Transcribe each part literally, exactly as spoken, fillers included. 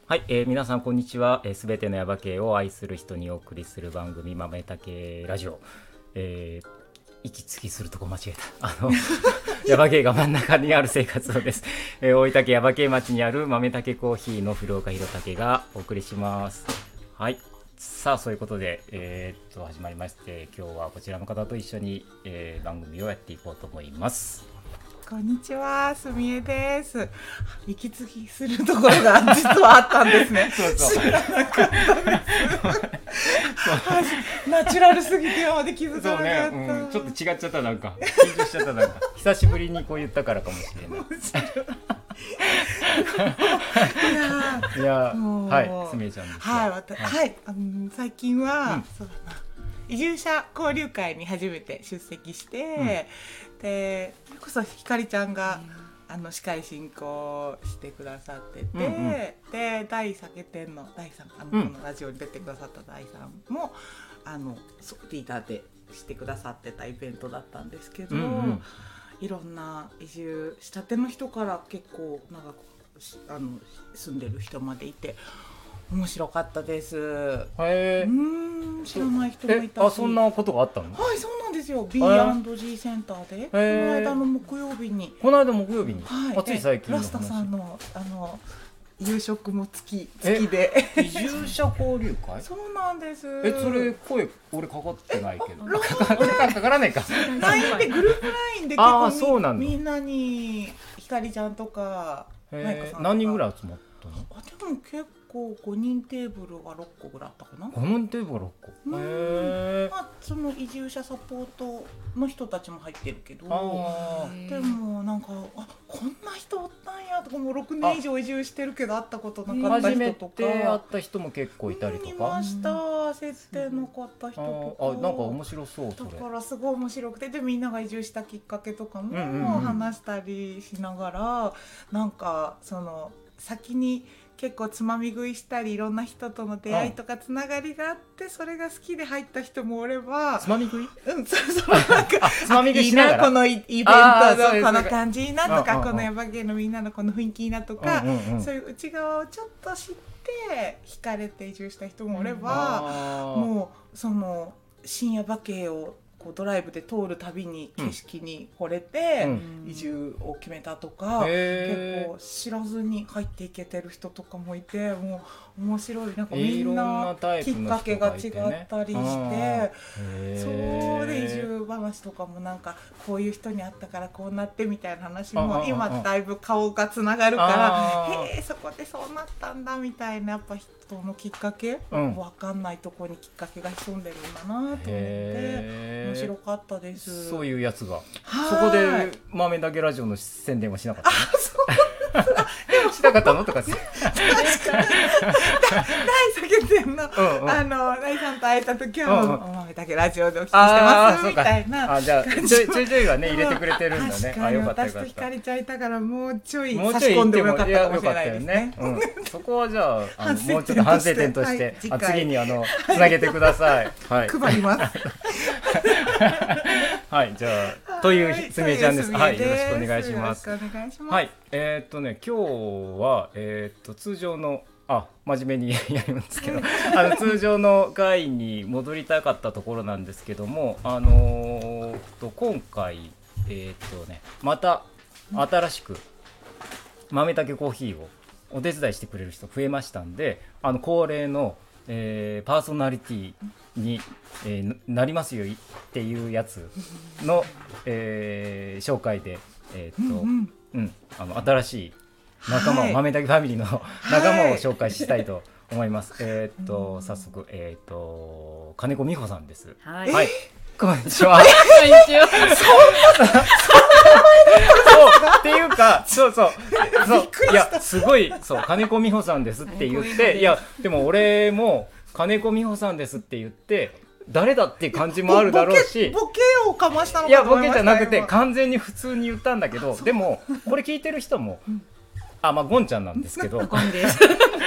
はい、えー、皆さんこんにちは。すべ、えー、てのヤバ系を愛する人にお送りする番組豆たけラジオ、えー、息継ぎするとこ間違えたあのヤバ系が真ん中にある生活をです、えー、大分県ヤバ系町にある豆たけコーヒーの古岡弘武がお送りします。はい、さあそういうことで、えー、っと始まりまして、今日はこちらの方と一緒に、えー、番組をやっていこうと思います。 こんにちは、すみえです。息継ぎするところが実はあったんですね。 そうそう知らなかったです。ナチュラルすぎて今まで気づかなかった。 そうね、うん、ちょっと違っちゃった、なんか緊張しちゃった、なんか久しぶりにこう言ったからかもしれない。いや、はい、すみえちゃんです。 はい、私、はい、あの最近は、うん、そうだな。移住者交流会に初めて出席して、うん、でそれこそひかりちゃんが、うん、あの司会進行してくださってて、うんうん、で大酒店の大さん、あの、うん、このラジオに出てくださった大さんもあのリーダーでしてくださってたイベントだったんですけど、うんうん、いろんな移住したての人から結構長くあの住んでる人までいて面白かったです。 へー、 うーん、知らない人もいたし。 あ、そんなことがあったの？ はい、そうなんですよ。ビーアンドジー センターでこの間の木曜日に。 この間木曜日に。 はい、 あ、つい最近の話。 ラスタさんのあの夕食も付き付きで。 移住者交流会？ そうなんです。 え、それ声俺かかってないけど。かからないか。 ライン でグループラインで結構みんなにひかりちゃんとかマイカさんとか。 何人ぐらい集まったの？ あ、でも結構ごにんテーブルがろっこぐらいあったかな。 ごにんテーブルがろっこ。 うん、へー、まあ、その移住者サポートの人たちも入ってるけど、でもなんかあこんな人おったんやとか、もうろくねん以上移住してるけど会ったことなかった人とか、 初めて会った人も結構いたりとか、 いました。設定のかった人とか、 ああ、なんか面白そう。それだからすごい面白くて、でみんなが移住したきっかけとかも話したりしながら、うんうんうん、なんかその先に結構つまみ食いしたりいろんな人との出会いとかつながりがあって、うん、それが好きで入った人もおれば、 つまみ食い？ うん、そうそう、なんかつまみ食いしながら、 いいなこのイベントのこの感じいいなとか、このヤバ系のみんなのこの雰囲気いいなとか、うんうんうん、そういう内側をちょっと知って惹かれて移住した人もおれば、うん、もうその新ヤバ系をこうドライブで通るたびに景色に惚れて移住を決めたとか、うん、結構知らずに入っていけてる人とかもいて、もう面白い、なんかみんなきっかけが違ったりして、そうで移住話とかもなんかこういう人に会ったからこうなってみたいな話も今だいぶ顔がつながるから、へえそこでそうなったんだみたいな、やっぱ人のきっかけ、うん、分かんないところにきっかけが潜んでるんだなと思って面白かったです。 そういうやつがそこで豆だけラジオの宣伝はしなかったの？ あ、そうしなかったのとか。 確かに大酒店の、うんうん、あの大さんと会えた時は、うんうん、お豆だけラジオでお聞きしてますみたいな。 あ、じゃあちょいちょいちょいはね入れてくれてるんだね。あ、よかったよかった。 私とひかりちゃんいたからもうちょい差し込んでもよかったかもしれないですね。 うん、そこはじゃあ、あのもうちょっと反省点として、はい、次にあのつなげてください。はい、 配ります。 はい、じゃあというすみえちゃんです。はい、よろしくお願いします。 よろしくお願いします。 はい、えー、っとね今日はえー、っと通常のあ真面目にやるんですけどあの通常の回に戻りたかったところなんですけども、あのー、と今回えー、っとねまた新しく豆たけコーヒーをお手伝いしてくれる人増えましたんで、あの恒例の、えー、パーソナリティに、えー、なりますよっていうやつの、えー、紹介で、えーっとうんうん、あの新しい仲間を、はい、豆だけファミリーの仲間を紹介したいと思います。はい、えー、っと早速、えー、っと金子美穂さんです。 はい、 はい、こんにちは。 こんにちは。 そんなそんな名前だったっていうか、そうそうそういやすごいそう金子美穂さんですって言って、いやでも俺も金子美穂さんですって言って誰だっていう感じもあるだろうし、 ボケをかましたのかと思いました。いやボケじゃなくて完全に普通に言ったんだけど、でもこれ聞いてる人もあ、まあゴンちゃんなんですけどゴンです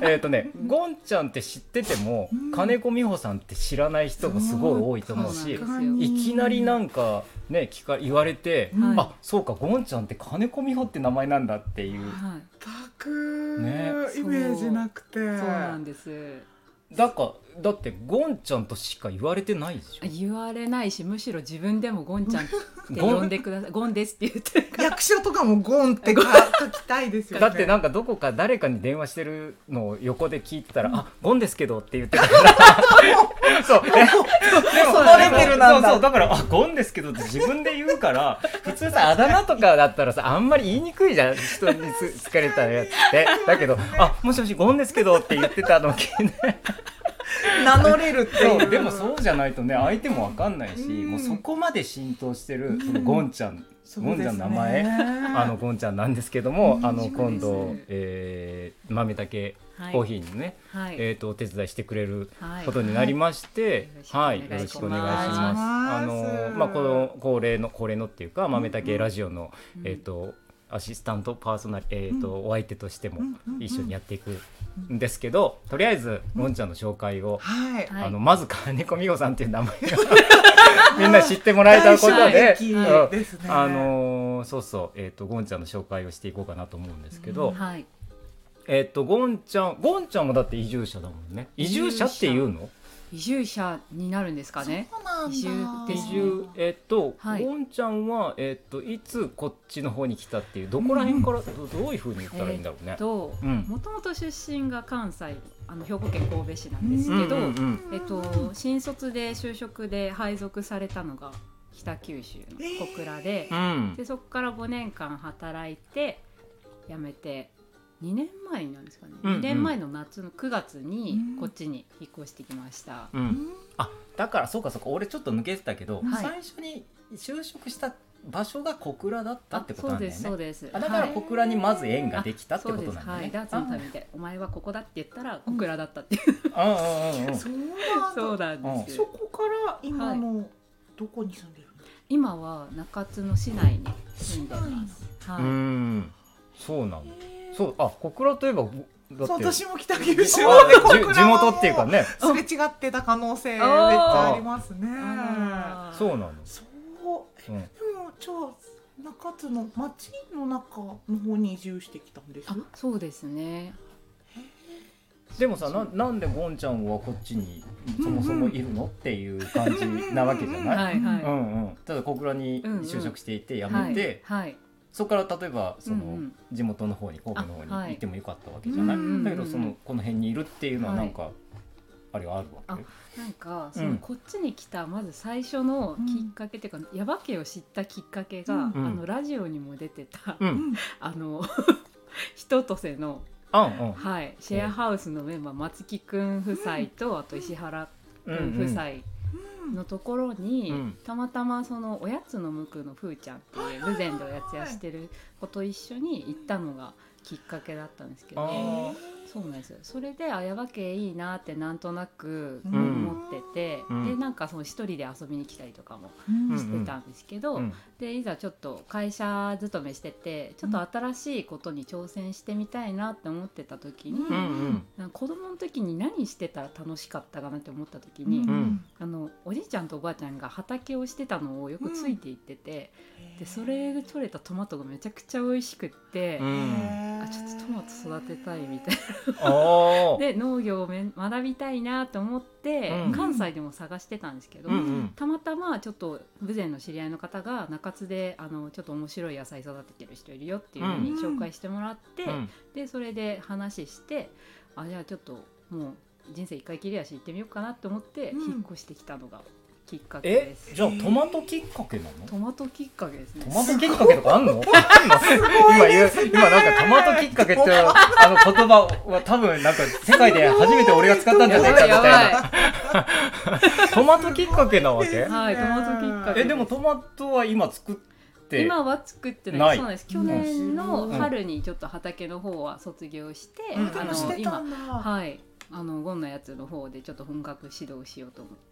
えっとねゴンちゃんって知ってても、うん、金子美穂さんって知らない人がすごい多いと思うし、いきなりなんかね聞か言われて、はい、あそうかゴンちゃんって金子美穂って名前なんだっていう、 はい、全く、ね、イメージなくて。 そうなんです。 だかだってゴンちゃんとしか言われてないでしょ。 言われないし、むしろ自分でもゴンちゃんって呼んでくださいゴンですって言ってるから。 役所とかもゴンって書きたいですよね。 だってなんかどこか誰かに電話してるのを横で聞いてたら、うん、あゴンですけどって言ってたからそうえでもそのレベルなんだ。 そうそうだからあゴンですけどって自分で言うから普通さあだ名とかだったらさあんまり言いにくいじゃん人に好かれたやつってだけどあもしもしゴンですけどって言ってたのを聞いて名乗れるっていう。 でもそうじゃないとね相手も分かんないし、うん、もうそこまで浸透してるそのゴンちゃん、うん、ゴンちゃんの名前あのゴンちゃんなんですけども、うん、あの今度、えー、豆だけコーヒーにね、はいえー、とお手伝いしてくれることになりまして、はいはい、よろしくお願いします。あの、まあ、この恒例の恒例のっていうか豆だけラジオの、うんえー、とアシスタントパーソナリ、えーとうん、お相手としても一緒にやっていくんですけど、とりあえずゴンちゃんの紹介を、うんはい、あのまず金子美穂さんっていう名前がみんな知ってもらえたことで、うんですね、あのー、そうそう、えーとゴンちゃんの紹介をしていこうかなと思うんですけど、うんはいえーとゴンちゃんゴンちゃんもだって移住者だもんね。移住者っていうの？ 移住者になるんですかね。 そうなんだ。 移住です、 ね、移住えっ、ー、と、はい、ゴンちゃんはえっ、ー、といつこっちの方に来たっていうどこら辺から、うん、ど, どういう風に言ったらいいんだろうね。 えっともともと出身が関西あの兵庫県神戸市なんですけど、うんうんうん、えっと新卒で就職で配属されたのが北九州の小倉で、えー、でそこからごねんかん働いて辞めて。にねんまえなんですかね、うんうん、にねんまえの夏のくがつにこっちに引っ越してきました、 うんうん、あだからそうかそうか俺ちょっと抜けてたけど、はい、最初に就職した場所が小倉だったってことなんだよね。 そうですそうです。 あだから小倉にまず縁ができたってことなんだね。 はい、ダーツの旅でお前はここだって言ったら小倉だったっていう、 うん、ああああそうなんです。 そこから今の、はい、どこに住んでるの？ 今は中津の市内に住んでます。はい、 うんそうなんだ。そうあ小倉といえばだってそう私も北九州で地元っていうかねすれ違ってた可能性めっちゃありますね。 そうなの。 そう、うん、でもじゃあ中津の町の中の方に移住してきたんです？ あそうですね。 でもさ な, なんでゴンちゃんはこっちにそもそもいるのっていう感じなわけじゃない、うんうん、ただ小倉に就職していて辞めて、うんうんはいはいそこから例えばその地元の方に神戸の方に行ってもよかったわけじゃない、はい、だけどそのこの辺にいるっていうのはなんか、はい、あれがあるわけ？ あなんかそのこっちに来たまず最初のきっかけっていうか、うん、耶馬渓を知ったきっかけが、うん、あのラジオにも出てた、うん、あの人とせの、うんうんはい、シェアハウスのメンバー松木くん夫妻と、うん、あと石原くん夫妻、うんうんのところに、うん、たまたまそのおやつのむくのふーちゃんっていう豊前でおやつ屋してる子と一緒に行ったのがきっかけだったんですけど、そうなんですよ。それで耶馬渓いいなってなんとなく思ってて、うん、でなんかその一人で遊びに来たりとかもしてたんですけど、うん、でいざちょっと会社勤めしててちょっと新しいことに挑戦してみたいなって思ってた時に、うんうん、子供の時に何してたら楽しかったかなって思った時に、うん、あのおじいちゃんとおばあちゃんが畑をしてたのをよくついていってて、うん、でそれで採れたトマトがめちゃくちゃ美味しくって、うん、あちょっとトマト育てたいみたいなで農業を学びたいなと思って、うん、関西でも探してたんですけど、うんうん、たまたまちょっと豊前の知り合いの方が中津であのちょっと面白い野菜育ててる人いるよっていう風に紹介してもらって、うん、でそれで話してあじゃあちょっともう人生一回きりやし行ってみようかなと思って引っ越してきたのがきっかけです。 えじゃあトマトきっかけなの？ トマトきっかけですね。 トマトきっかけとかあんの？今言う今なんかトマトきっかけってあの言葉は多分なんか世界で初めて俺が使ったんじゃないかみたいな。トマトきっかけなわけ？ はいトマトきっかけ。 えでもトマトは今作って今は作ってない。そうなんです。去年の春にちょっと畑の方は卒業して、うん、 あの今はいあのゴンのやつの方でちょっと本格指導しようと思って。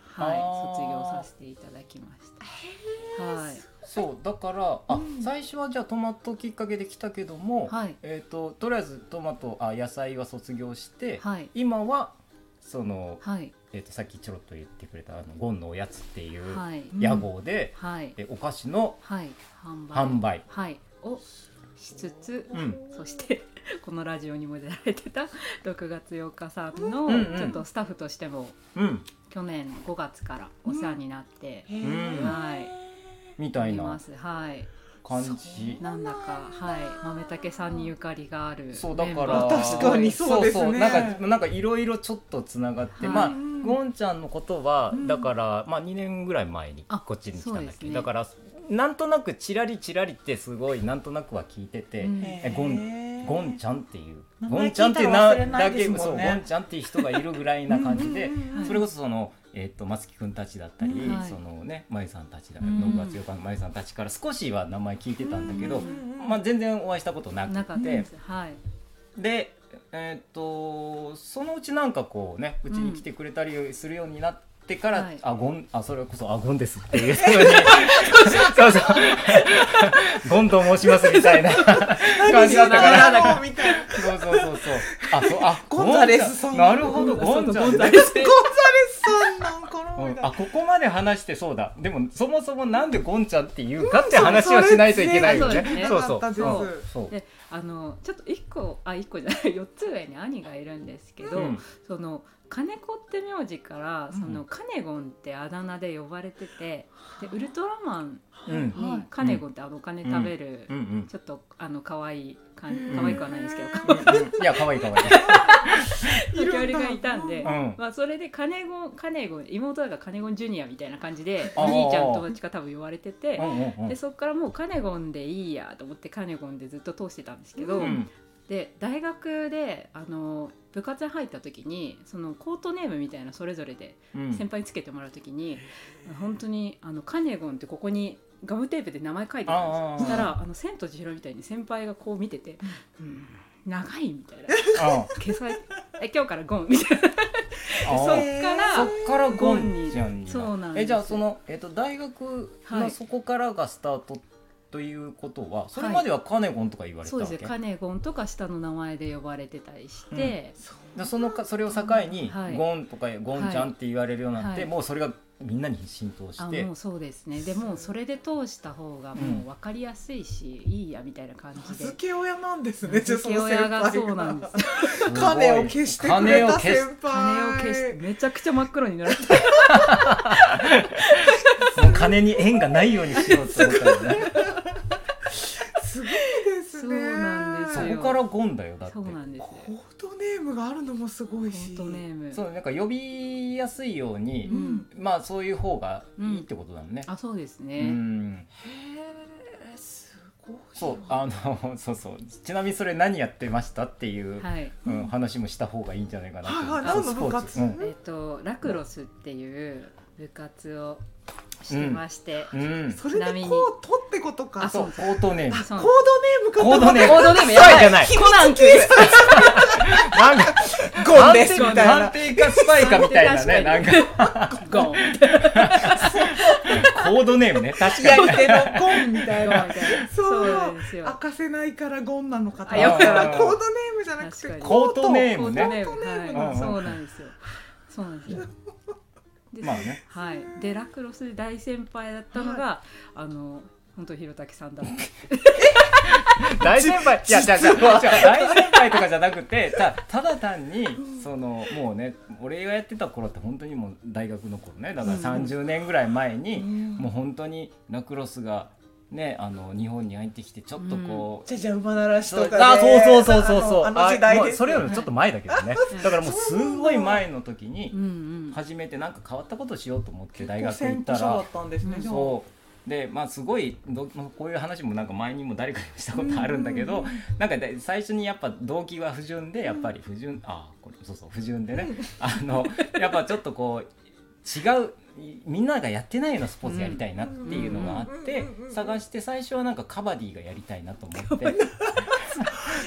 はい卒業させていただきました。はい。 そうだからあ、うん、最初はじゃあトマトきっかけで来たけども、はい、えーと、とりあえずトマトあ野菜は卒業して、はい、今はその、はい、えーとさっきちょろっと言ってくれたあのゴンのおやつっていう屋号で、はい、えお菓子の販売、販売、 はい、をしつつ、うん、そしてこのラジオにも出られてたろくがつようかさんの、うんうん、ちょっとスタッフとしても、うん、去年ごがつからお世話になって、うん、はいみたいな感じなんだか、はい、豆竹さんにゆかりがあるそうだから確かにそうですね。そうそうなんかなんかいろいろちょっとつながって、はい、まあゴンちゃんのことは、うん、だからまあにねんぐらい前にこっちに来たんだっけ、ね、だからなんとなくチラリチラリってすごいなんとなくは聞いてて、うん、えゴンゴンちゃんっていうゴンちゃんっていうなだけ、そうゴンちゃんっていう人がいるぐらいな感じでそれこそそのえー、と松木くんたちだったり、うんはい、そのねまゆさんたちだ、うん、ろくがつようかのまゆさんたちから少しは名前聞いてたんだけど、うんまあ、全然お会いしたことなくて、なかったです、はい、で、えー、とそのうちなんかこうねうちに来てくれたりするようになってから、うん、あゴンあそれこそあゴンですっていうそうそうゴンと申しますみたいな感じだったからなんかそうそうそうそうあそうあゴンザレスさんなるほどゴンザレスゴンザレスさんなんかな、うん、あここまで話してそうだでもそもそもなんでゴンちゃんっていうかって話をしないといけないよね、うん、そうそうそうそうであのちょっといっこあいっこじゃないよっつ上に兄がいるんですけど、うん、その金子って名字からそのカネゴンってあだ名で呼ばれてて、でウルトラマンにカネゴンってあのお金食べるちょっとあの可愛いかわいくはないんですけど、 いや可愛い可愛い恐竜がいたんで、まあそれでカネゴンカネゴン妹だからカネゴンジュニアみたいな感じでお兄ちゃん友達が多分言われてて、でそっからもうカネゴンでいいやと思ってカネゴンでずっと通してたんですけど、で大学であの部活に入った時にそのコートネームみたいなそれぞれで先輩につけてもらう時に、うん、本当にあのカネゴンってここにガムテープで名前書いてたんですよ。そしたらあの千と千尋みたいに先輩がこう見てて、うん、長いみたいな消されてえ今日からゴンみたいなそっからそっからゴンにそうなんです。 えじゃあその、えーと、大学のそこからがスタートということはそれまではカネゴンとか言われたわけ、はい、そうですカネゴンとか下の名前で呼ばれてたりして、 うん、そのそれを境にゴンとかゴンちゃんって言われるようになって、はいはい、もうそれがみんなに浸透して、 あもうそうですね。でもそれで通した方がもう分かりやすいし、うん、いいやみたいな感じで名付け親なんですね。 名付け親がそうなんです金を消してくれた先輩金を消してめちゃくちゃ真っ黒になってもう金に縁がないようにしようと思ったよねすごいですね。 そうなんですよ。 そこからゴンだよだって。 そうなんですよ。 コードネームがあるのもすごいし。 コードネーム。 そうなんか呼びやすいように、うん、まあそういう方がいいってことだね。 うん、あそうですね。 うん、 へえすごい。 そうあのそうそうちなみにそれ何やってましたっていう、はいうん、話もした方がいいんじゃないかなと思って。 何の部活？うん、 えっとラクロスっていう部活をしてまして、 うんうん、それでコートってことか。 そうコードネーム。コードネームか。 コードネーム。 コードネームやばいじゃない。 コナン警察。なんかゴンですみたいな。 探偵かスパイかみたいなねなんかゴン。コードネームね確かに。 やり手のゴンみたいな。そうですよ。明かせないからゴンなのかと思ったらコードネームじゃなくてコードネームね。 はいそうなんですよ。そうなんですよ。 まあね、 はい、でラクロスで大先輩だったのが、はい、あの本当弘武さんだった大先輩いやじゃじゃ大先輩とかじゃなくて た, ただ単にそのもうね俺がやってた頃って本当にもう大学の頃ねだからさんじゅうねんぐらい前に、うん、もう本当にラクロスがね、あの日本に入ってきてちょっとこう、 じゃじゃ馬鳴らしとかねあそうそうそうそうそうあの時代です、ね、それよりもちょっと前だけどねだからもうすごい前の時に初めてなんか変わったことしようと思って大学行ったらだったんですね、 そうでまあすごいどこういう話もなんか前にも誰かにしたことあるんだけどなんか最初にやっぱ動機は不純でやっぱり不純あこれそうそう不純でねあのやっぱちょっとこう違うみんながやってないようなスポーツやりたいなっていうのがあって探して最初はなんかカバディがやりたいなと思って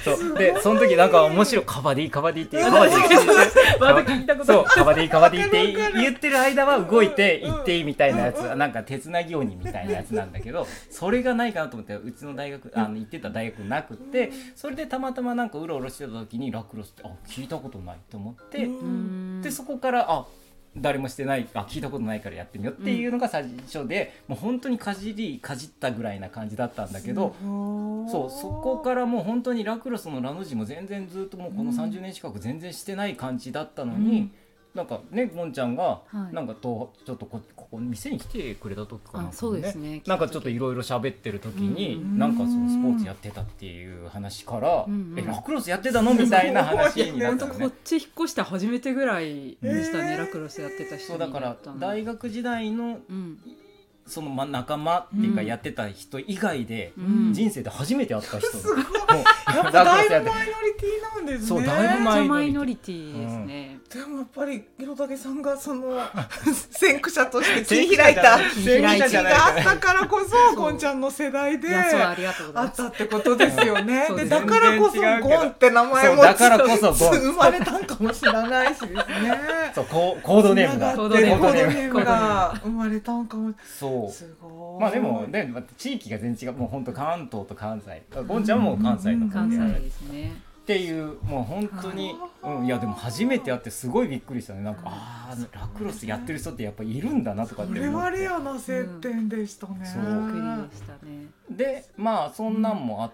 そうでその時なんか面白いカバディカバディってカバディまだ聞いたことそうカバディカバディって言ってる間は動いて行っていいみたいなやつ、なんか手つなぎ鬼みたいなやつなんだけど、それがないかなと思ってうちの大学あの行ってた大学なくて、それでたまたまなんかうろうろしてた時にラクロスってあ聞いたことないと思って、でそこからあ誰もしてないあ聞いたことないからやってみようっていうのが最初で、もう本当にかじりかじったぐらいな感じだったんだけど、そうそこからもう本当にラクロスのラの字も全然ずっともうこのさんじゅうねん近く全然してない感じだったのに、うん、なんかねゴンちゃんがなんかとちょっと こ, ここ店に来てくれた時かな、ね、 そうですね、 なんかちょっといろいろ喋ってる時に、うん、なんかそのスポーツやってたっていう話から、うんうん、えラクロスやってたのみたいな話になったのね。 こっち引っ越して初めてぐらいでしたね、えー、ラクロスやってた人になったの。 そうだから大学時代の、うんその仲間っていうかやってた人以外で、うん、人生で初めて会った人、うん、すごいやっぱだいぶマイノリティなんですね。 そうだいぶマイノリティですね、 うん、でもやっぱり広武さんがその先駆者として切り開いた道があったからこそゴンちゃんの世代であったってことですよね。でだからこそゴンって名前もだからこそゴン生まれたんかもしれないしですね。 そうコードネームがコードネームが生まれたんかも。 そうすごい。まあでもね地域が全然違う、もう本当関東と関西、ゴンちゃんも関西の関西ですねっていうもう本当に、うん、いやでも初めて会ってすごいびっくりしたね。なんかああラクロスやってる人ってやっぱりいるんだなとかって思って、 これはレアな接点でしたね、うん、 そうびっくりでしたね。 でまあそんなんもあって、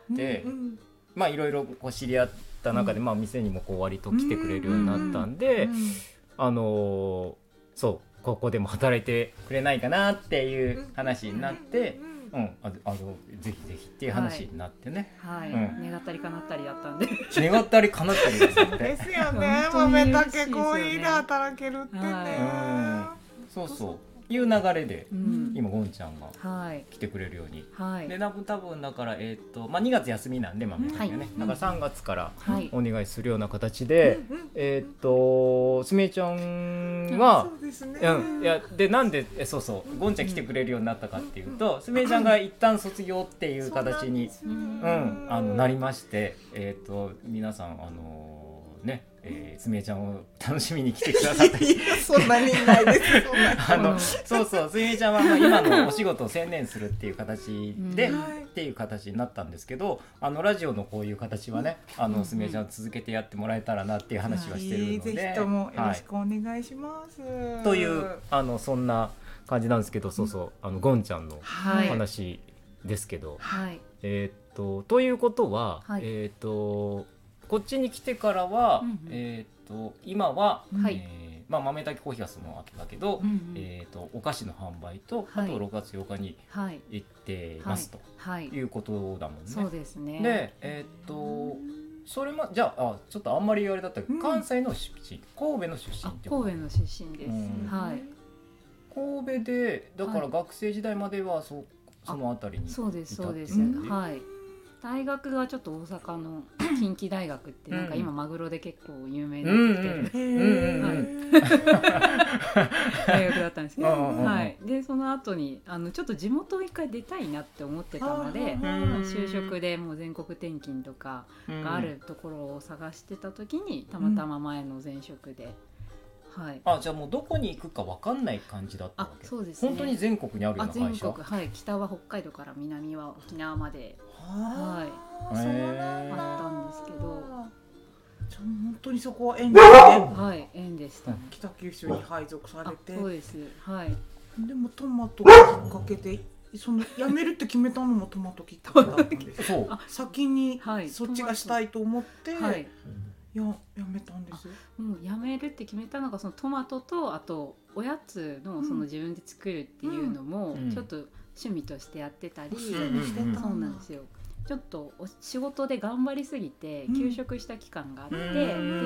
うんうん、まあいろいろこう知り合った中で、うん、まあ店にもこう割と来てくれるようになったんで、うんうんうん、あのー、そうここでも働いてくれないかなっていう話になって、うん、ああのぜひぜひっていう話になってね、 はいはい、うん、願ったり叶ったりだったんで願ったり叶ったりですよねですよね。豆だけコーヒーで働けるってね、 はい、うん、そうそういう流れで、うん、今ゴンちゃんが来てくれるように、はい、で多分多分だから、えーとまあ、にがつ休みなんで豆だけね、はい、だからさんがつからお願いするような形で、はい、えっ、ー、とすみえちゃんは、 そうですね、 うん、いやでなんでえそうそうゴンちゃん来てくれるようになったかっていうと、すみえちゃんが一旦卒業っていう形にう、ん、あのなりまして、えっ、ー、と皆さんあのー、ねえー、すみえちゃんを楽しみに来てくださっていやそんなにいないですあのそうそうすみえちゃんはまあ今のお仕事を専念するっていう形で、うん、っていう形になったんですけど、あのラジオのこういう形はね、あのすみえちゃん続けてやってもらえたらなっていう話はしてるので、 ぜひともよろしくお願いします、 はい、というあのそんな感じなんですけど、そうそうあのゴンちゃんの話ですけど、はい、えー、っとということは、はい、えー、っとこっちに来てからは、うんうん、えー、と今は、はい、えーまあ、豆炊きコーヒーはその後だけど、うんうん、えー、とお菓子の販売と、はい、あとろくがつようかに行ってますと、はいはい、いうことだもんね。 そうですね。 で、えー、とそれもじゃあ、あちょっとあんまり言われたったけど、うん、関西の出身、神戸の出身ってこと。 神戸の出身です、うん、はい、 神戸でだから学生時代までは そ, そのあたりにいたっていう、 そうですそうです、うん、はい。大学がちょっと大阪の近畿大学ってなんか今マグロで結構有名になってきてる大学だったんですけど、はい、でその後にあのちょっと地元を一回出たいなって思ってたので、就職でもう全国転勤とかがあるところを探してた時にたまたま前の前職で、はい、 あじゃあもうどこに行くか分かんない感じだったわけ。 そうですね、 本当に全国にあるような会社。 全国、はい、北は北海道から南は沖縄まで、はい、 あったんですけど、 じゃあ本当にそこは縁ですね。 はい、縁でした、ね、 北九州に配属されて。 そうです、はい。 でもトマトがきっかけでその辞めるって決めたのもトマトきっかけだったんですそう先にそっちがしたいと思って、はい、ややめたんです。 もうやめるって決めたのがそのトマトとあとおやつのその自分で作るっていうのもちょっと趣味としてやってたり、うんうん、そうなんですよ。ちょっとお仕事で頑張りすぎて休職した期間があって、うん、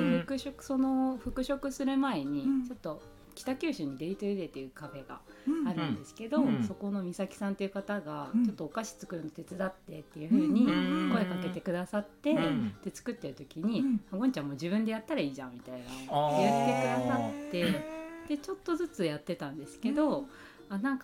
で復職その復職する前にちょっと北九州にデイトゥーデイっていうカフェがあるんですけど、うん、そこの美咲さんっていう方がちょっとお菓子作るの手伝ってっていう風に声かけてくださって、うん、で作ってる時に、うん、ゴンちゃんも自分でやったらいいじゃんみたいな言ってくださって、でちょっとずつやってたんですけど、あなんか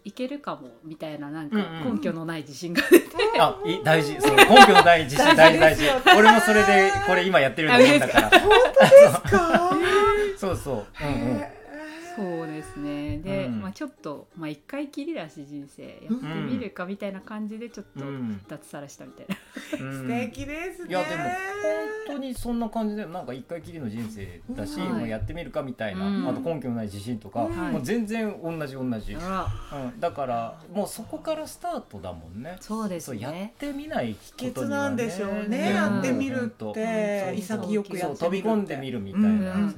いけるかもみたいななんか根拠のない自信が出て、 うんうん、あい大事そう根拠のない自信大事大事俺もそれでこれ今やってると思うんだから本当ですかそうそう、うんうん、 そうですねで、 うんまあ、ちょっと、まあ、一回きりだし人生やってみるかみたいな感じでちょっと脱サラしたみたいな、 うん、素敵ですね。 いやでも本当にそんな感じでなんか一回きりの人生だし、うん、もうやってみるかみたいな、うん、あと根拠のない自信とか、うん、もう全然同じ同じ、うん、だからもうそこからスタートだもんね。 そうですね。 そうやってみないことにはね、秘訣なんでしょうね、うん、やってみるって潔くやってみるって飛び込んでみるみたいなやつね、うんうんうん、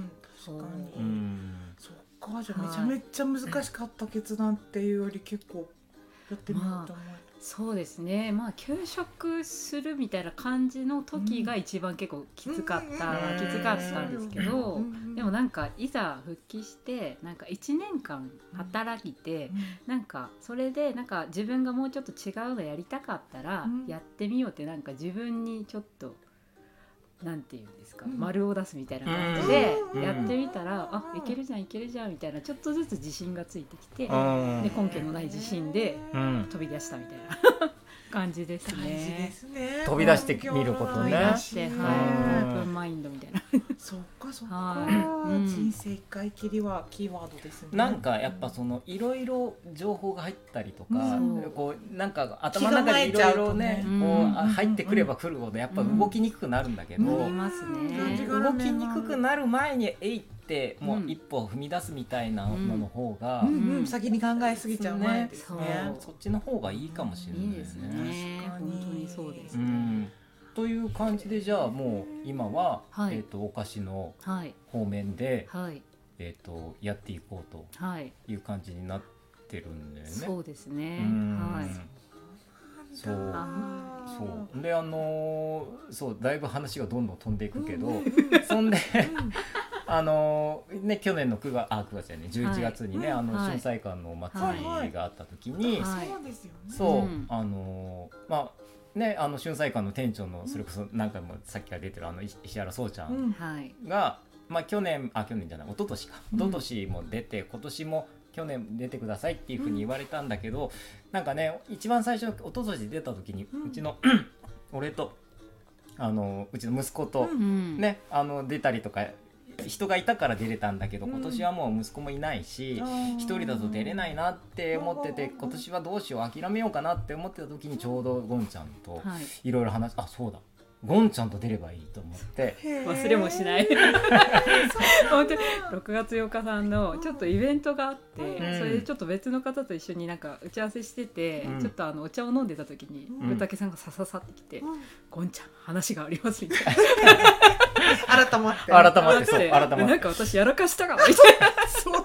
確かに、うん、そっかじゃあめちゃめちゃ難しかった決断っていうより結構やってみようと思う、まあ、 そうですねまあ休職するみたいな感じの時が一番結構きつかった、うん、きつかったんですけど、うん、でもなんかいざ復帰してなんかいちねんかん働いて、うん、なんかそれでなんか自分がもうちょっと違うのやりたかったらやってみようってなんか自分にちょっとなんていうんですか、うん、丸を出すみたいな感じでやってみたら、うん、あいけるじゃんいけるじゃんみたいなちょっとずつ自信がついてきて、で根拠のない自信で飛び出したみたいな感じですね。 大事ですね。 飛び出してみることね。 飛び出して、はい、オープンマインドみたいな。 そっかそっか、うん、人生一回きりはキーワードですね。 なんかやっぱそのいろいろ情報が入ったりとか、うん、こうなんか頭の中でいろいろね、こう入ってくればくるほどやっぱ動きにくくなるんだけど、 うん、ますね、 動きにくくなる前にえいってもう一歩踏み出すみたいなのの方が、 うんうんうん、先に考えすぎちゃう前ですね。 そ, そっちの方がいいかもしれないですね。 いいですね。本当にそうですね。 うんという感じでじゃあもう今は、はいえー、とお菓子の方面で、はいえー、とやっていこうという感じになってるんだよね。 そうですね。はい。 そうそうであのー、そうだいぶ話がどんどん飛んでいくけど、うん、そんであのー、ね去年のくがつあくがつやねじゅういちがつにね、はい、あの春菜館のお祭りがあった時に、 はい、そうですよね。 そう、うん、あのー、まあね、あの春菜館の店長のそれこそ何回もさっきから出てるあの石原そうちゃんが、うんまあ、去年あ去年じゃない一昨年か一昨年も出て、うん、今年も去年出てくださいっていうふうに言われたんだけど、うん、なんかね一番最初一昨年出た時に、うん、うちの俺とあのうちの息子と、ねうん、あの出たりとか人がいたから出れたんだけど、今年はもう息子もいないし一、うん、人だと出れないなって思ってて、今年はどうしよう諦めようかなって思ってた時にちょうどゴンちゃんといろいろ話、はい、あそうだゴンちゃんと出ればいいと思って忘れもしない本当にろくがつようかさんのちょっとイベントがあって、うん、それでちょっと別の方と一緒になんか打ち合わせしてて、うん、ちょっとあのお茶を飲んでた時にぶたけさんがさささってきて、うん、ゴンちゃん話がありますみたいな改まって改まってそう改まってなんか私やらかしたかみたいなそう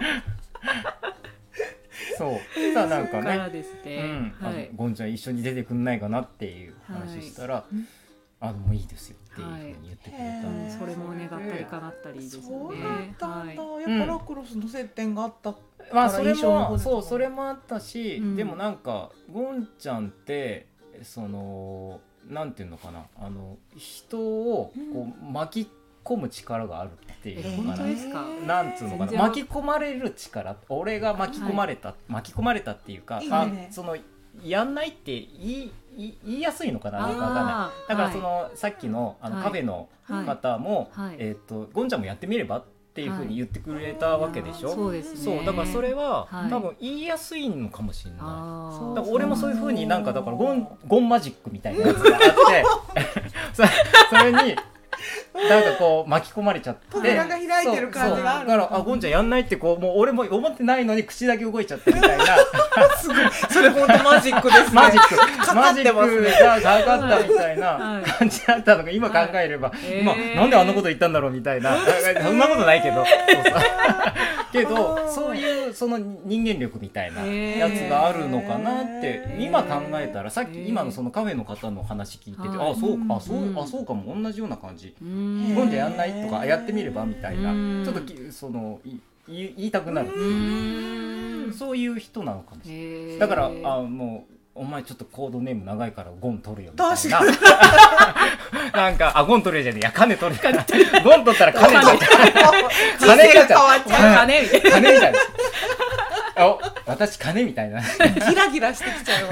そうさあなんかねからですね、 うんはい、ゴンちゃん一緒に出てくんないかなっていう話したら、はいあのもういいですよっていうふうに言ってくれたんです、 はい、それも願ったり叶ったりですよね。 そうだったんだ、はい、やっぱラクロスの接点があったから、まあ、それもそうそれもあったし、うん、でもなんかゴンちゃんってそのなんていうのかなあの人をこう巻き込む力があるっていうのかな、 うんえー、本当ですかなんつうのかな巻き込まれる力俺が巻き込まれた、はい、巻き込まれたっていうか、いいね、あそのやんないって言い、言いやすいのかななんかわかんないだからその、はい、さっき の, あのカフェの方も、はいえー、とゴンちゃんもやってみればっていうふうに言ってくれたわけでしょ、はい、 そうですねそうだからそれは、はい、多分言いやすいのかもしれないだから俺もそういうふうになんかだからゴン、ゴンマジックみたいなやつがあってそ, それになんかこう巻き込まれちゃって扉が開いてる感じがあるだからあゴンちゃんやんないってこうもう俺も思ってないのに口だけ動いちゃってみたいなすごいそれ本当マジックですねマジックマジックがかかったみたいな感じだったのが今考えれば、はい、今なんであんなこと言ったんだろうみたいなそんなことないけどそうそうけどそういうその人間力みたいなやつがあるのかなって今考えたらさっき今のそのカフェの方の話聞いててあそうあそうあそうかも同じような感じゴンちゃんやんないとかやってみればみたいなちょっとその言いたくなるっていうそういう人なのかもしれないだからあもうお前ちょっとコードネーム長いからゴン取るよみたいななんかあゴン取るじゃねえや金取るからゴン取ったら金取る金が変わっちゃう金みたいな金みたいなあ私金みたいなギラギラしてきちゃう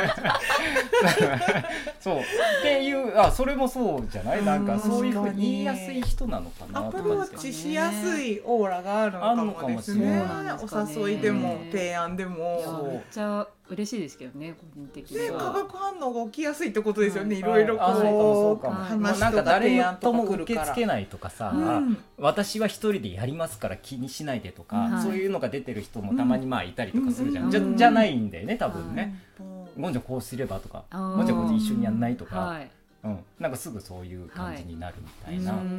そうっていうあそれもそうじゃないなんかそういうふうに言いやすい人なのかなアとプローチしやすいオーラがあるのかもですね。お誘いでも提案でもめっちゃ嬉しいですけどね個人的には。 化学反応が起きやすいってことですよね。いろいろこう話とか誰とも受け付けないとかさ、私は一人でやりますから気にしないでとか、そういうのが出てる人もたまにまあいたりとかするじゃん。じゃじゃないんだよね多分ね。ゴンちゃんこうすればとか、ゴンちゃんこう一緒にやんないとか。うん、なんかすぐそういう感じになるみたいな、はいうん、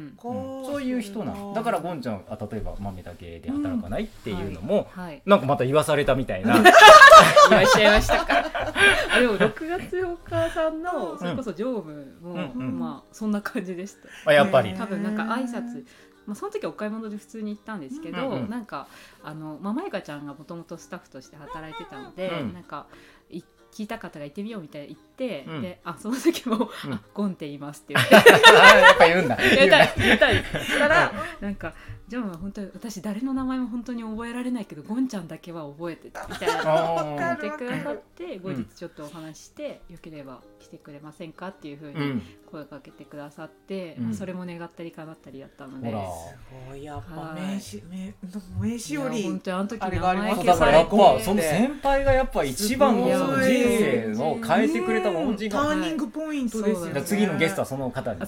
そういう人なだからゴンちゃんあ例えば豆だけで働かないっていうのも、うんはい、なんかまた言わされたみたいな言わしちゃいましたかあでもろくがつようかさんのそれこそ常務も、うんうん、まあそんな感じでした。 あやっぱり多分なんか挨拶まあ、その時はお買い物で普通に行ったんですけど、うんうん、なんかあのままゆかちゃんがもともとスタッフとして働いてたので、うん、なんか聞いた方が行ってみようみたいな言って、うん、であその時も、うん、あゴンって言いますって言ってやっぱ言うんだ言いたい言いたいそしたらなんかジョンは本当に私誰の名前も本当に覚えられないけどゴンちゃんだけは覚えてたみたいなのを言ってくださって後日ちょっとお話して、うん、よければ来てくれませんかっていう風に声かけてくださって、うんまあ、それも願ったり叶ったりだったので、うん、 すごいやっぱ名刺名名刺より本当にあの時名前消されてその先輩がやっぱ一番のその人生を変えてくれた恩人がターニングポイントですよね。 次のゲストはその方にバ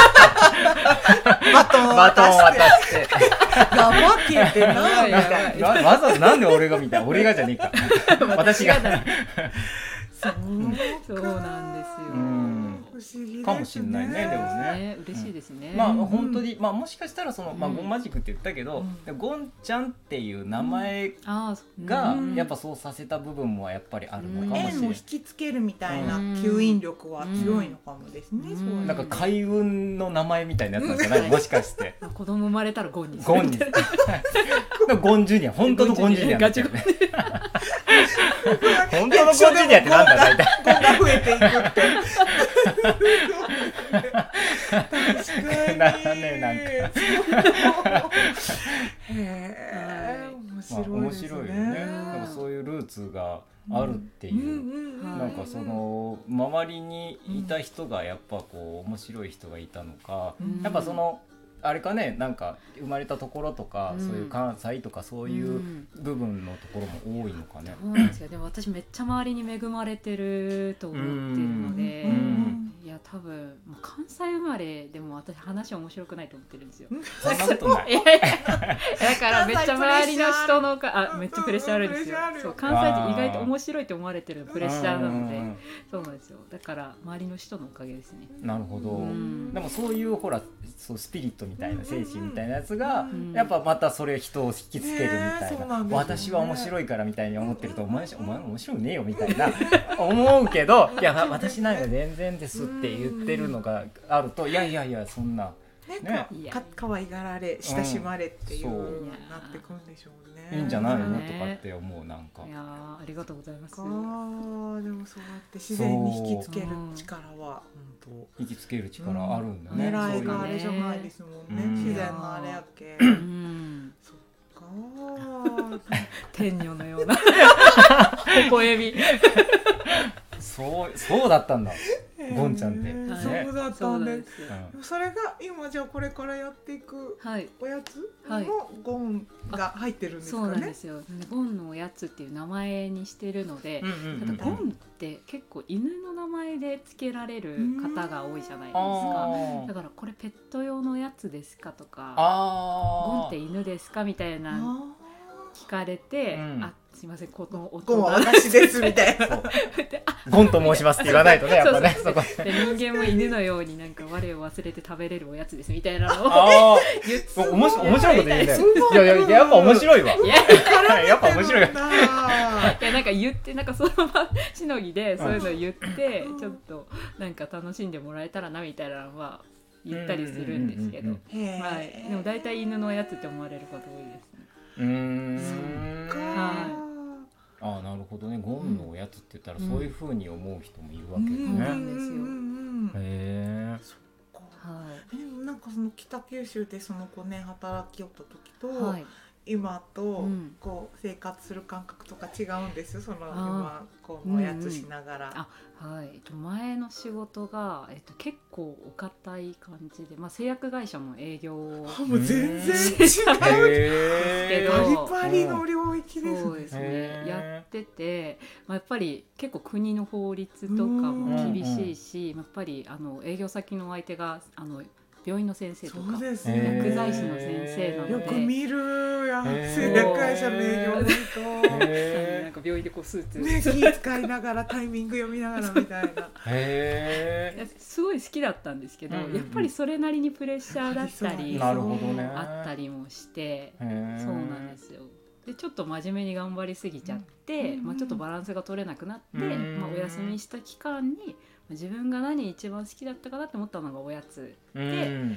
トンを渡してやばけってなみたいなわざわざなんで俺がみたいな俺がじゃねえか私がそうそうなんですよ、うん不思議ですね、 かもしれないねでもね、 ね嬉しいですね、 うん、まあ本当にまあもしかしたらその、まあ、ゴンマジックって言ったけど、うん、ゴンちゃんっていう名前がやっぱそうさせた部分もやっぱりあるのかもしれない、 縁を引きつけるみたいな吸引力は強いのかもですね、うん、そうなんか開運の名前みたいなやつなんじゃないもしかして子供生まれたらゴンにゴンにゴンジュニア本当のゴンジュニアガチゴン本当のゴンジュニアってなんだ大体ゴンが増えていくって確かにだねなんかへえ面白いですね、まあ、面白いよねなんかそういうルーツがあるっていう、うん、なんかその周りにいた人がやっぱこう面白い人がいたのか、うん、やっぱそのあれかねなんか生まれたところとか、うん、そういう関西とかそういう部分のところも多いのかね、 うん、そうなんですよ。でも私めっちゃ周りに恵まれてると思ってるので、うん、いや多分もう関西生まれでも私話面白くないと思ってるんですよ。 そんなことないだからめっちゃ周りの人のかあめっちゃプレッシャーあるんですよ。そう関西人意外と面白いと思われてるプレッシャーなので、そうなんですよ。だから周りの人のおかげですね。 なるほど、うん、でもそういうほらそうスピリットみたいな精神みたいなやつが、うん、やっぱまたそれ人を引きつけるみたいな、ね、私は面白いからみたいに思ってると、うん、お前お前面白いねえよみたいな思うけどいや私なんか全然ですって言ってるのがあるといやいやいやそんなねねか可愛がられ親しまれっていう、うん、なってくんでしょうね。 いいんじゃないの、ね、とかって思うなんかいやありがとうございます。 あでもそうやって自然に引きつける力は本当引きつける力あるんだね、 うん、狙いがあれじゃないですもんね、うん、自然のあれやけ、うん、そっか天女のような微笑みそうそうだったんだゴンちゃんって、 ね、そうだったんです。うん、それが今じゃあこれからやっていくおやつにもゴンが入ってるんですかね。 そうなんですよ。ゴンのおやつっていう名前にしてるので、うんうんうん、ただゴンって結構犬の名前で付けられる方が多いじゃないですか。だからこれペット用のやつですかとか、ゴンって犬ですかみたいな聞かれて、うん、あすいませんこの音は私ですみたいなゴンと申しますって言わないとねやっぱねそうそうそうで人間も犬のようになんか我を忘れて食べれるおやつですみたいなのを言って面白いこと言うね。いやいややっぱ面白いわ。いややっぱ面白いわ。 いやなんか言ってなんかそのまましのぎでそういうの言ってちょっとなんか楽しんでもらえたらなみたいなのは言ったりするんですけど、はい。でも大体犬のおやつって思われること多いですね。 うーんそっか、はい、ああなるほどね。ゴンのおやつって言ったらそういう風に思う人もいるわけですね、うん、 なんですよ。 へえ。 そっか、はい、でもなんかその北九州でそのごねん働きよった時と、はい、 今とこう生活する感覚とか違うんです。その今このやつしながら、うんうん、 あはい、前の仕事が、えっと、結構お堅い感じで、まあ、製薬会社の営業をもう全然違うですけどパリパリの領域ですね。 そうですね、やってて、まあ、やっぱり結構国の法律とかも厳しいし、やっぱりあの営業先の相手があの病院の先生とか、ね、薬剤師の先生なのでよく見るや製薬会社の営業の人なんか病院でこうスーツ、 ね、気使いながらタイミング読みながらみたいなへすごい好きだったんですけど、うんうん、やっぱりそれなりにプレッシャーだったり、 なるほどね、 あったりもして、そうなんですよ。でちょっと真面目に頑張りすぎちゃって、うんまあ、ちょっとバランスが取れなくなって、うんまあ、お休みした期間に自分が何一番好きだったかなって思ったのがおやつで、うん、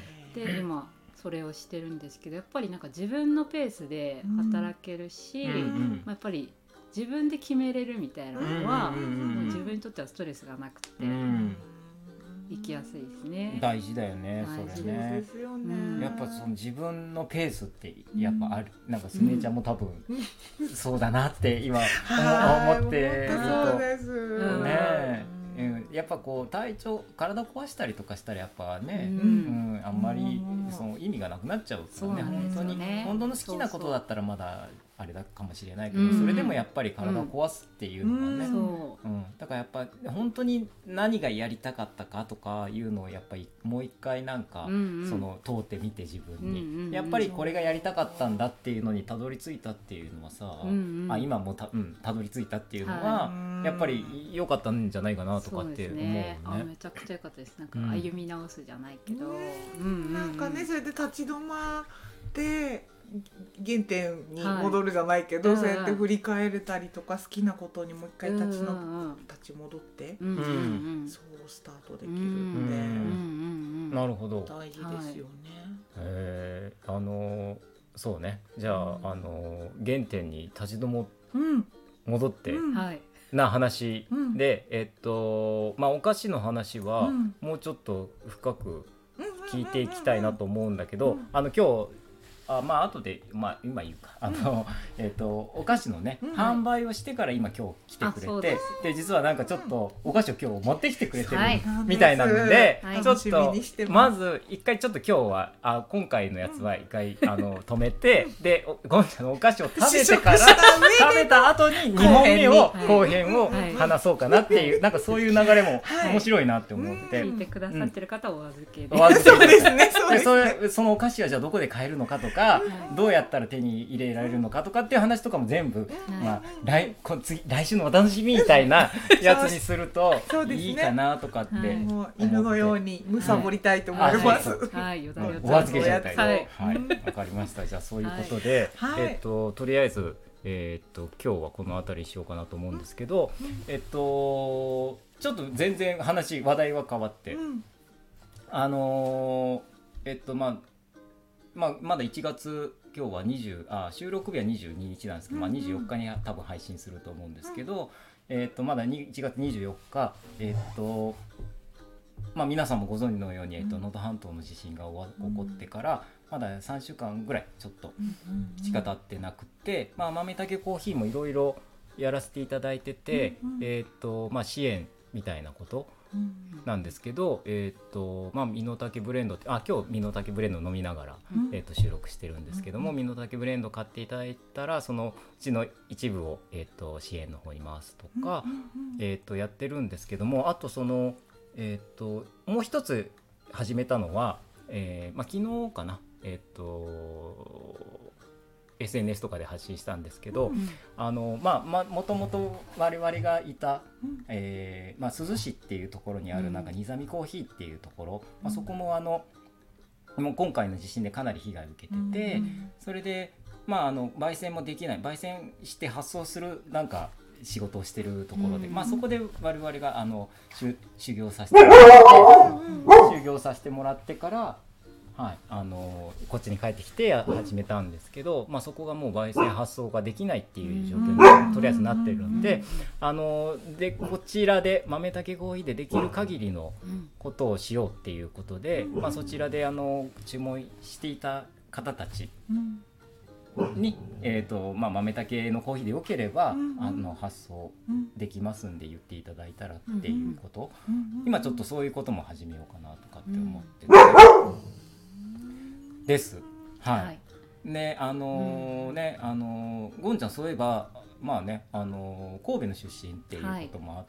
で今それをしてるんですけど、やっぱりなんか自分のペースで働けるし、うんまあ、やっぱり自分で決めれるみたいなのは、うん、もう自分にとってはストレスがなくて、うん生きやすいですね。 大事だよね、それね。 ですよね、 うん、やっぱその自分のペースってやっぱある、うん、なんかすねちゃんも多分、うん、そうだなって今思ってると、 そうです、 ね、うん、やっぱこう体調体壊したりとかしたらやっぱね、うんうん、あんまりその意味がなくなっちゃうからね、本当に本当の好きなことだったらまだあれだかもしれないけど、うん、それでもやっぱり体を壊すっていうのはね、うんうん、だからやっぱ本当に何がやりたかったかとかいうのをやっぱりもう一回なんか、うんうん、その問うてみて自分に、うんうん、やっぱりこれがやりたかったんだっていうのにたどり着いたっていうのはさ、うんうん、あ今も た,、うん、たどり着いたっていうのは、はい、やっぱり良かったんじゃないかなとかって思うね。 そうですね、あめちゃくちゃ良かったです。なんか歩み直すじゃないけど、うんうん、なんかねそれで立ち止まって原点に戻るじゃないけど、はい、そうやって振り返れたりとか好きなことにもう一回立ちの、うん、立ち戻って、うんうん、そうスタートできるんで、うんうん、なるほど大事ですよね、 はい、えー、あのそうねじゃあ、うん、あの原点に立ち止ま、うん、戻って、うん、な話で、うん、えっとまあお菓子の話は、うん、もうちょっと深く聞いていきたいなと思うんだけど、うん、あの今日あまあ後で、まあ、今言うかあの、うんえー、とお菓子のね、うん、販売をしてから今今日来てくれて、で実はなんかちょっとお菓子を今日持ってきてくれてる、はい、みたいなので、はい、ちょっとまず一回ちょっと今日はあ今回のやつは一回、うん、あの止めてでゴンちゃんのお菓子を食べてから食べた後ににほんめを後編を話そうかなっていう、はい、なんかそういう流れも面白いなって思って、 はい、聞いてくださってる方はお預けで、 うん、お預けでそうですねそうですね。 それそのお菓子はじゃあどこで買えるのかとかどうやったら手に入れられるのかとかっていう話とかも全部、まあ、来, こ次来週のお楽しみみたいなやつにするといいかなとかって、ね、 もう犬のようにむさぼりたいと思います、 はいはい、よだれをお預けしちゃったり、はいはい、分かりました。じゃあそういうことで、はいえー、ととりあえず、えー、と今日はこの辺りにしようかなと思うんですけど、えっとちょっと全然話話題は変わって、うん、あのー、えっとまあまあ、まだいちがつ今日はにじゅうあ収録日はにじゅうににちなんですけど、まあ、にじゅうよっかに多分配信すると思うんですけど、えー、とまだいちがつにじゅうよっか、えーとまあ、皆さんもご存知のように、えー、と能登半島の地震が起こってからまださんしゅうかんぐらいちょっとしか経ってなくて、まあ、豆たけコーヒーもいろいろやらせていただいてて、えーとまあ、支援みたいなことなんですけど、えーとまあ、身の丈ブレンドってあ今日身の丈ブレンド飲みながら、うんえー、と収録してるんですけども、うん、身の丈ブレンド買っていただいたらそのうちの一部を、えー、と支援の方に回すとか、うんえー、とやってるんですけども、あとその、えー、ともう一つ始めたのは、えーまあ、昨日かな、えー、とエスエヌエス とかで発信したんですけど、うんあのまあまあ、もともと我々がいた、うんえーまあ、珠洲市っていうところにあるなんかニザミコーヒーっていうところ、うんまあ、そこもあのもう今回の地震でかなり被害を受けてて、うん、それで、まあ、あの焙煎もできない焙煎して発送するなんか仕事をしてるところで、うんまあ、そこで我々があの修行させてもらって修行させてもらってからはい、あのー、こっちに帰ってきて始めたんですけど、まあ、そこがもう焙煎発送ができないっていう状況にとりあえずなってるんで、あのー、でこちらで豆たけコーヒーでできる限りのことをしようっていうことで、まあ、そちらであの注文していた方たちに、えーとまあ、豆竹のコーヒーでよければ、 うんうん、 あの発送できますんで言っていただいたらっていうこと、 うんうん、 今ちょっとそういうことも始めようかなとかって思ってて、 うん、 です。はい、はい、ねあのー、ねあのー、ゴンちゃんそういえばまあねあのー、神戸の出身っていうこともあって、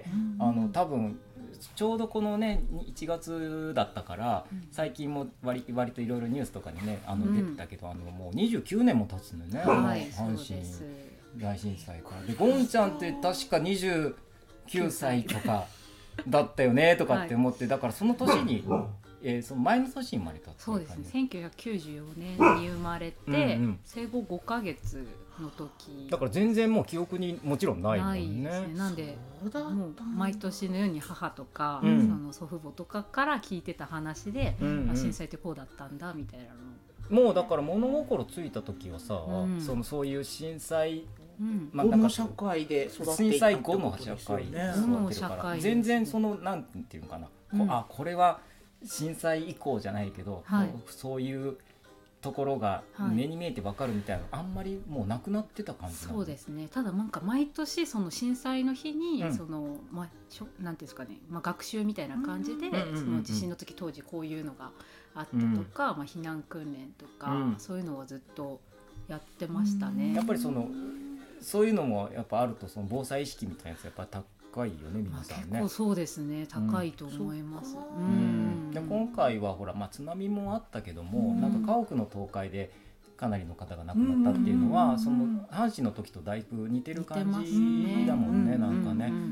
はい、あの多分ちょうどこのねいちがつだったから、うん、最近も割, 割といろいろニュースとかにねあの出てたけど、うん、あのもうにじゅうきゅうねんも経つんだよね、はい、阪神大震災からでゴンちゃんって確かにじゅうきゅうさいとかだったよねとかって思って、はい、だからその年にえー、その前の年に生まれたっていうそうですね、せんきゅうひゃくきゅうじゅうよねんに生まれてうん、うん、生後ごかげつの時だから全然もう記憶にもちろんないもんね。 ないですね。なんでもう毎年のように母とか、 うん、 その祖父母とかから聞いてた話で、うんうん、震災ってこうだったんだみたいなのもうだから物心ついた時はさ、うん、そのそういう震災うんまあ、なんか社会で育っていったってことですよね。 震災後の社会で育ってるから全然そのなんていうのかな、うん、こあこれは震災以降じゃないけど、はい、そういうところが目に見えて分かるみたいな、はい、あんまりもうなくなってた感じなの。 そうですね。ただなんか毎年その震災の日に、うん、そのまあしょなんていうんですかね、まあ、学習みたいな感じで、うん、その地震の時当時こういうのがあったとか、うんまあ、避難訓練とか、うん、そういうのをずっとやってましたね。 やっぱりそのそういうのもやっぱあるとその防災意識みたいなやつやっぱ高いよね皆さんね。 結構そうですね、高いと思います。 うんうん、で今回はほら、まあ、津波もあったけども、うん、なんか家屋の倒壊でかなりの方が亡くなったっていうのは、うん、その阪神の時とだいぶ似てる感じだもんね、なんかね、うん、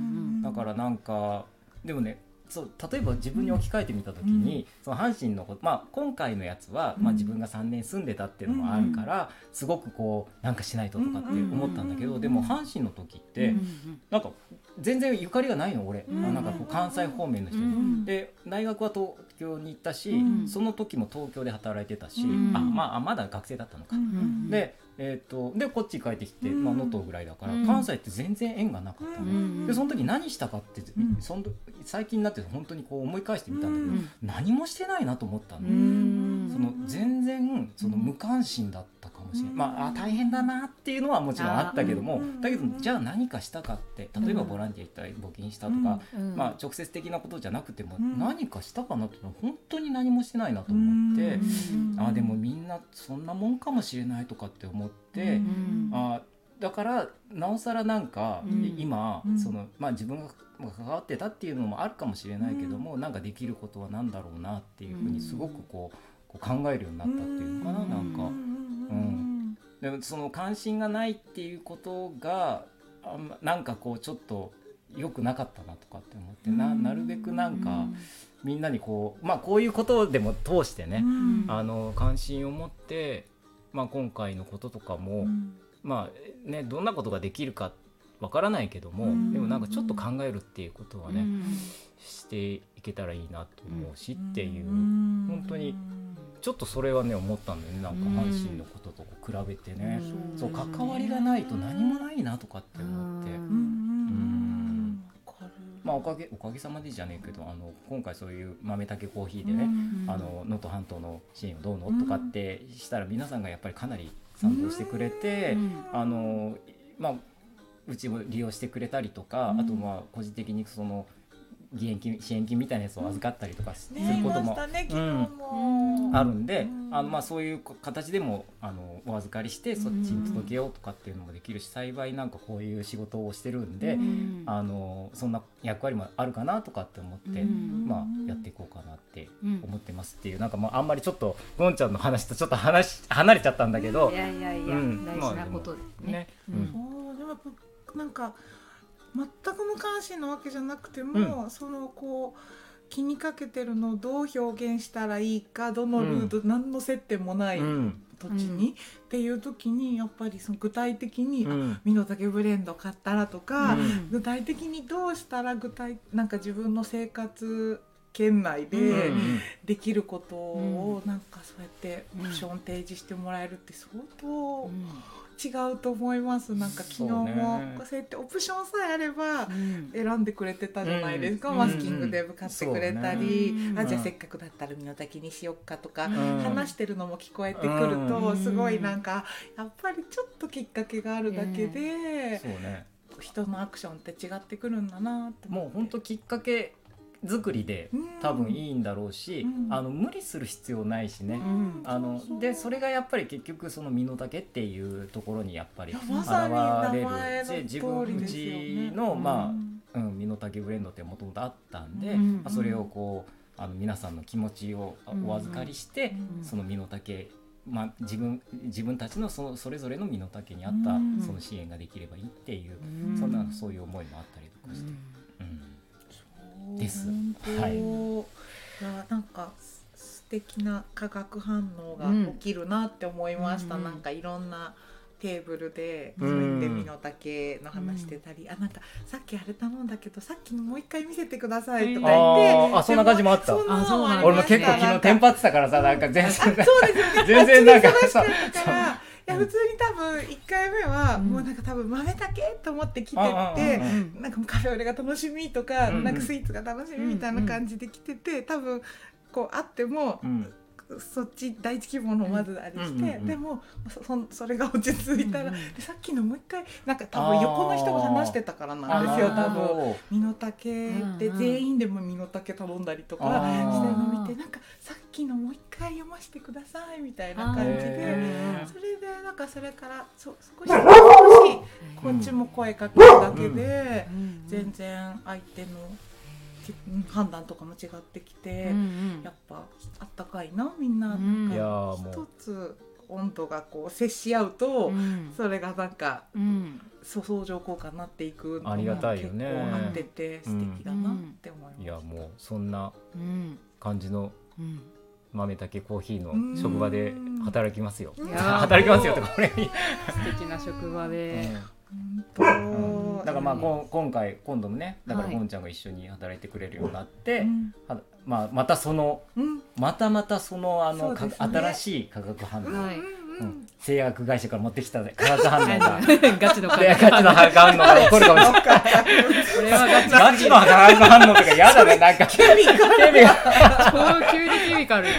だからなんかでもねそう例えば自分に置き換えてみた時に、うん、その阪神のこと、まあ、今回のやつは、まあ、自分がさんねん住んでたっていうのもあるから、うん、すごくこうなんかしないととかって思ったんだけど、でも阪神の時って、うん、なんか全然ゆかりがないの俺、うん、なんかこう関西方面の人に、うん、で大学は東京に行ったし、うん、その時も東京で働いてたし、うん、あ、まあ、まだ学生だったのか、うん、でえー、とでこっち帰ってきて能登、まあ、ぐらいだから、うん、関西って全然縁がなかったの、うん、でその時何したかって、うん、その最近になって本当にこう思い返してみたんだけど、うん、何もしてないなと思ったの、うん、その全然その無関心だったかもしれない、うん、まあ大変だなっていうのはもちろんあったけども、うん、だけどじゃあ何かしたかって例えばボランティア行ったり募金したとか、うんまあ、直接的なことじゃなくても何かしたかなって本当に何もしてないなと思って、うん、あでもみんなそんなもんかもしれないとかって思って、うん、あだからなおさらなんか、うん、今、うんそのまあ、自分が関わってたっていうのもあるかもしれないけども、うん、なんかできることは何だろうなっていうふうにすごくこう、こう考えるようになったっていうのかな、うん、なんか、うん、でもその関心がないっていうことがあんまなんかこうちょっと良くなかったなとかって思って な, なるべくなんかみんなにこうまあこういうことでも通してね、うん、あの関心を持って、まあ、今回のこととかも、うんまあね、どんなことができるかわからないけども、うん、でもなんかちょっと考えるっていうことはね、うん、していけたらいいなと思うしっていう、うん、本当にちょっとそれはね思ったんだよね。なんか阪神のことと比べてね、うん、そう関わりがないと何もないなとかって思って、うんうんまあ、おかげおかげさまでじゃねえけどあの今回そういう豆竹コーヒーでね能登半島の支援をどうのとかってしたら皆さんがやっぱりかなり賛同してくれて、あのまあうちも利用してくれたりとか、あとまあ個人的にその義援金支援金みたいなやつを預かったりとかすることも、 ねうん、 あるんで、あのまあそういう形でもあのお預かりしてそっちに届けようとかっていうのもできるし、幸いなんかこういう仕事をしてるんで、あのそんな役割もあるかなとかって思って、まあやっていこうかなって思ってますっていう、なんかまああんまりちょっとゴンちゃんの話とちょっと話離れちゃったんだけど、 いやいやいや、うん、大事なことですね。 うん、そうでもやっぱなんか全く無関心なわけじゃなくても、うん、そのこう気にかけてるのをどう表現したらいいか、どのルート、うん、何の接点もない土地に、うん、っていう時にやっぱりその具体的に、うん、身の丈ブレンド買ったらとか、うん、具体的にどうしたら具体なんか自分の生活圏内でできることをなんかそうやってオプション提示してもらえるって相当違うと思います。なんか昨日もそうやってオプションさえあれば選んでくれてたじゃないですか、うん、マスキングテープ買ってくれたり、うんね、あじゃあせっかくだったら身の丈にしよっかとか、うん、話してるのも聞こえてくると、うん、すごいなんかやっぱりちょっときっかけがあるだけで、えーそうね、人のアクションって違ってくるんだなって思って。もう本当きっかけ作りで多分いいんだろうし、うん、あの無理する必要ないしね、うん、あのでそれがやっぱり結局その身の丈っていうところにやっぱり現れるし、自分うちの、まあうん、身の丈ブレンドってもともとあったんで、うんまあ、それをこうあの皆さんの気持ちをお預かりして、うん、その身の丈、まあ、自分自分たちの そ, のそれぞれの身の丈に合ったその支援ができればいいっていう、うん、そんなそういう思いもあったりとかして、うんです。はい。 いやなんか素敵な化学反応が起きるなって思いました。うん、なんかいろんなテーブルでそうやって身の丈の話してたり、うん、あなんかさっきあれ頼んだけどさっきのもう一回見せてくださいとか言って、 ああそんな感じもあった。 あそうあ俺も結構昨日テンパってたからさ、なんか全然そうですよね。 全然なんかさいや普通に多分いっかいめはもうなんか多分豆だけと思って来てって、うん、なんかもうカフェオレが楽しみとか、うん、なんかスイーツが楽しみみたいな感じで来てて、多分こうあっても、うん、そっち第一希望のまずあれして、うん、でも そ, それが落ち着いたら、うん、でさっきのもう一回なんか多分横の人が話してたからなんですよ。多分身の丈って全員でも身の丈頼んだりとかしてるの見て、なんかさっきのもう一回読ませてくださいみたいな感じで、それでなんかそれからそ少し少しこっちも声かけるだけで全然相手の判断とかも違ってきて、うんうん、やっぱあったかいなみんな、うん、なんか一つ温度がこう接し合うと、うん、それがなんか、うん、相乗効果になっていくのも結構合ってて素敵だなって思います。 いやもうそんな感じの豆竹コーヒーの職場で働きますよ。働きますよってこれ素敵な職場で。 うん、だからまあこ今回今度もねだからゴンちゃんが一緒に働いてくれるようになって、はい、まあ、またその、うん、またまたそのあの、ね、新しい化学反応、はいうん、製薬会社から持ってきた化学反応がガチの化学反応が起こるかもしれないこれはガチガチの化学反応とか嫌だねなんかケミカル超急にケミカル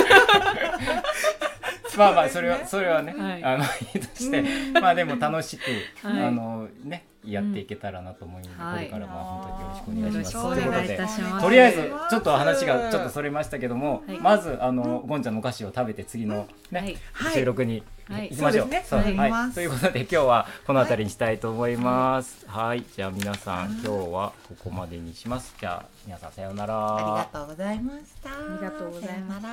まあまあそれはそれはね、はい、あのいいとして、まあでも楽しく、はい、あのねやっていけたらなと思うので、うん、これからまあ本当によろしくお願いします。ということで、とりあえずちょっと話がちょっとそれましたけども、はい、まずあのゴンちゃんのお菓子を食べて次のね、はい、収録に行きましょう。はいそうですね、そうはい、ということで今日はこのあたりにしたいと思います。はい、はい、じゃあ皆さん今日はここまでにします。じゃあ皆さんさようなら。 ありがとうございました。ありがとうございます。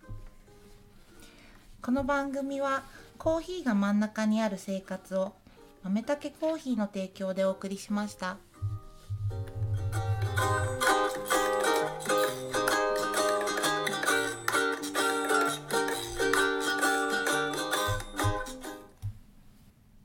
この番組はコーヒーが真ん中にある生活を豆たけコーヒーの提供でお送りしました。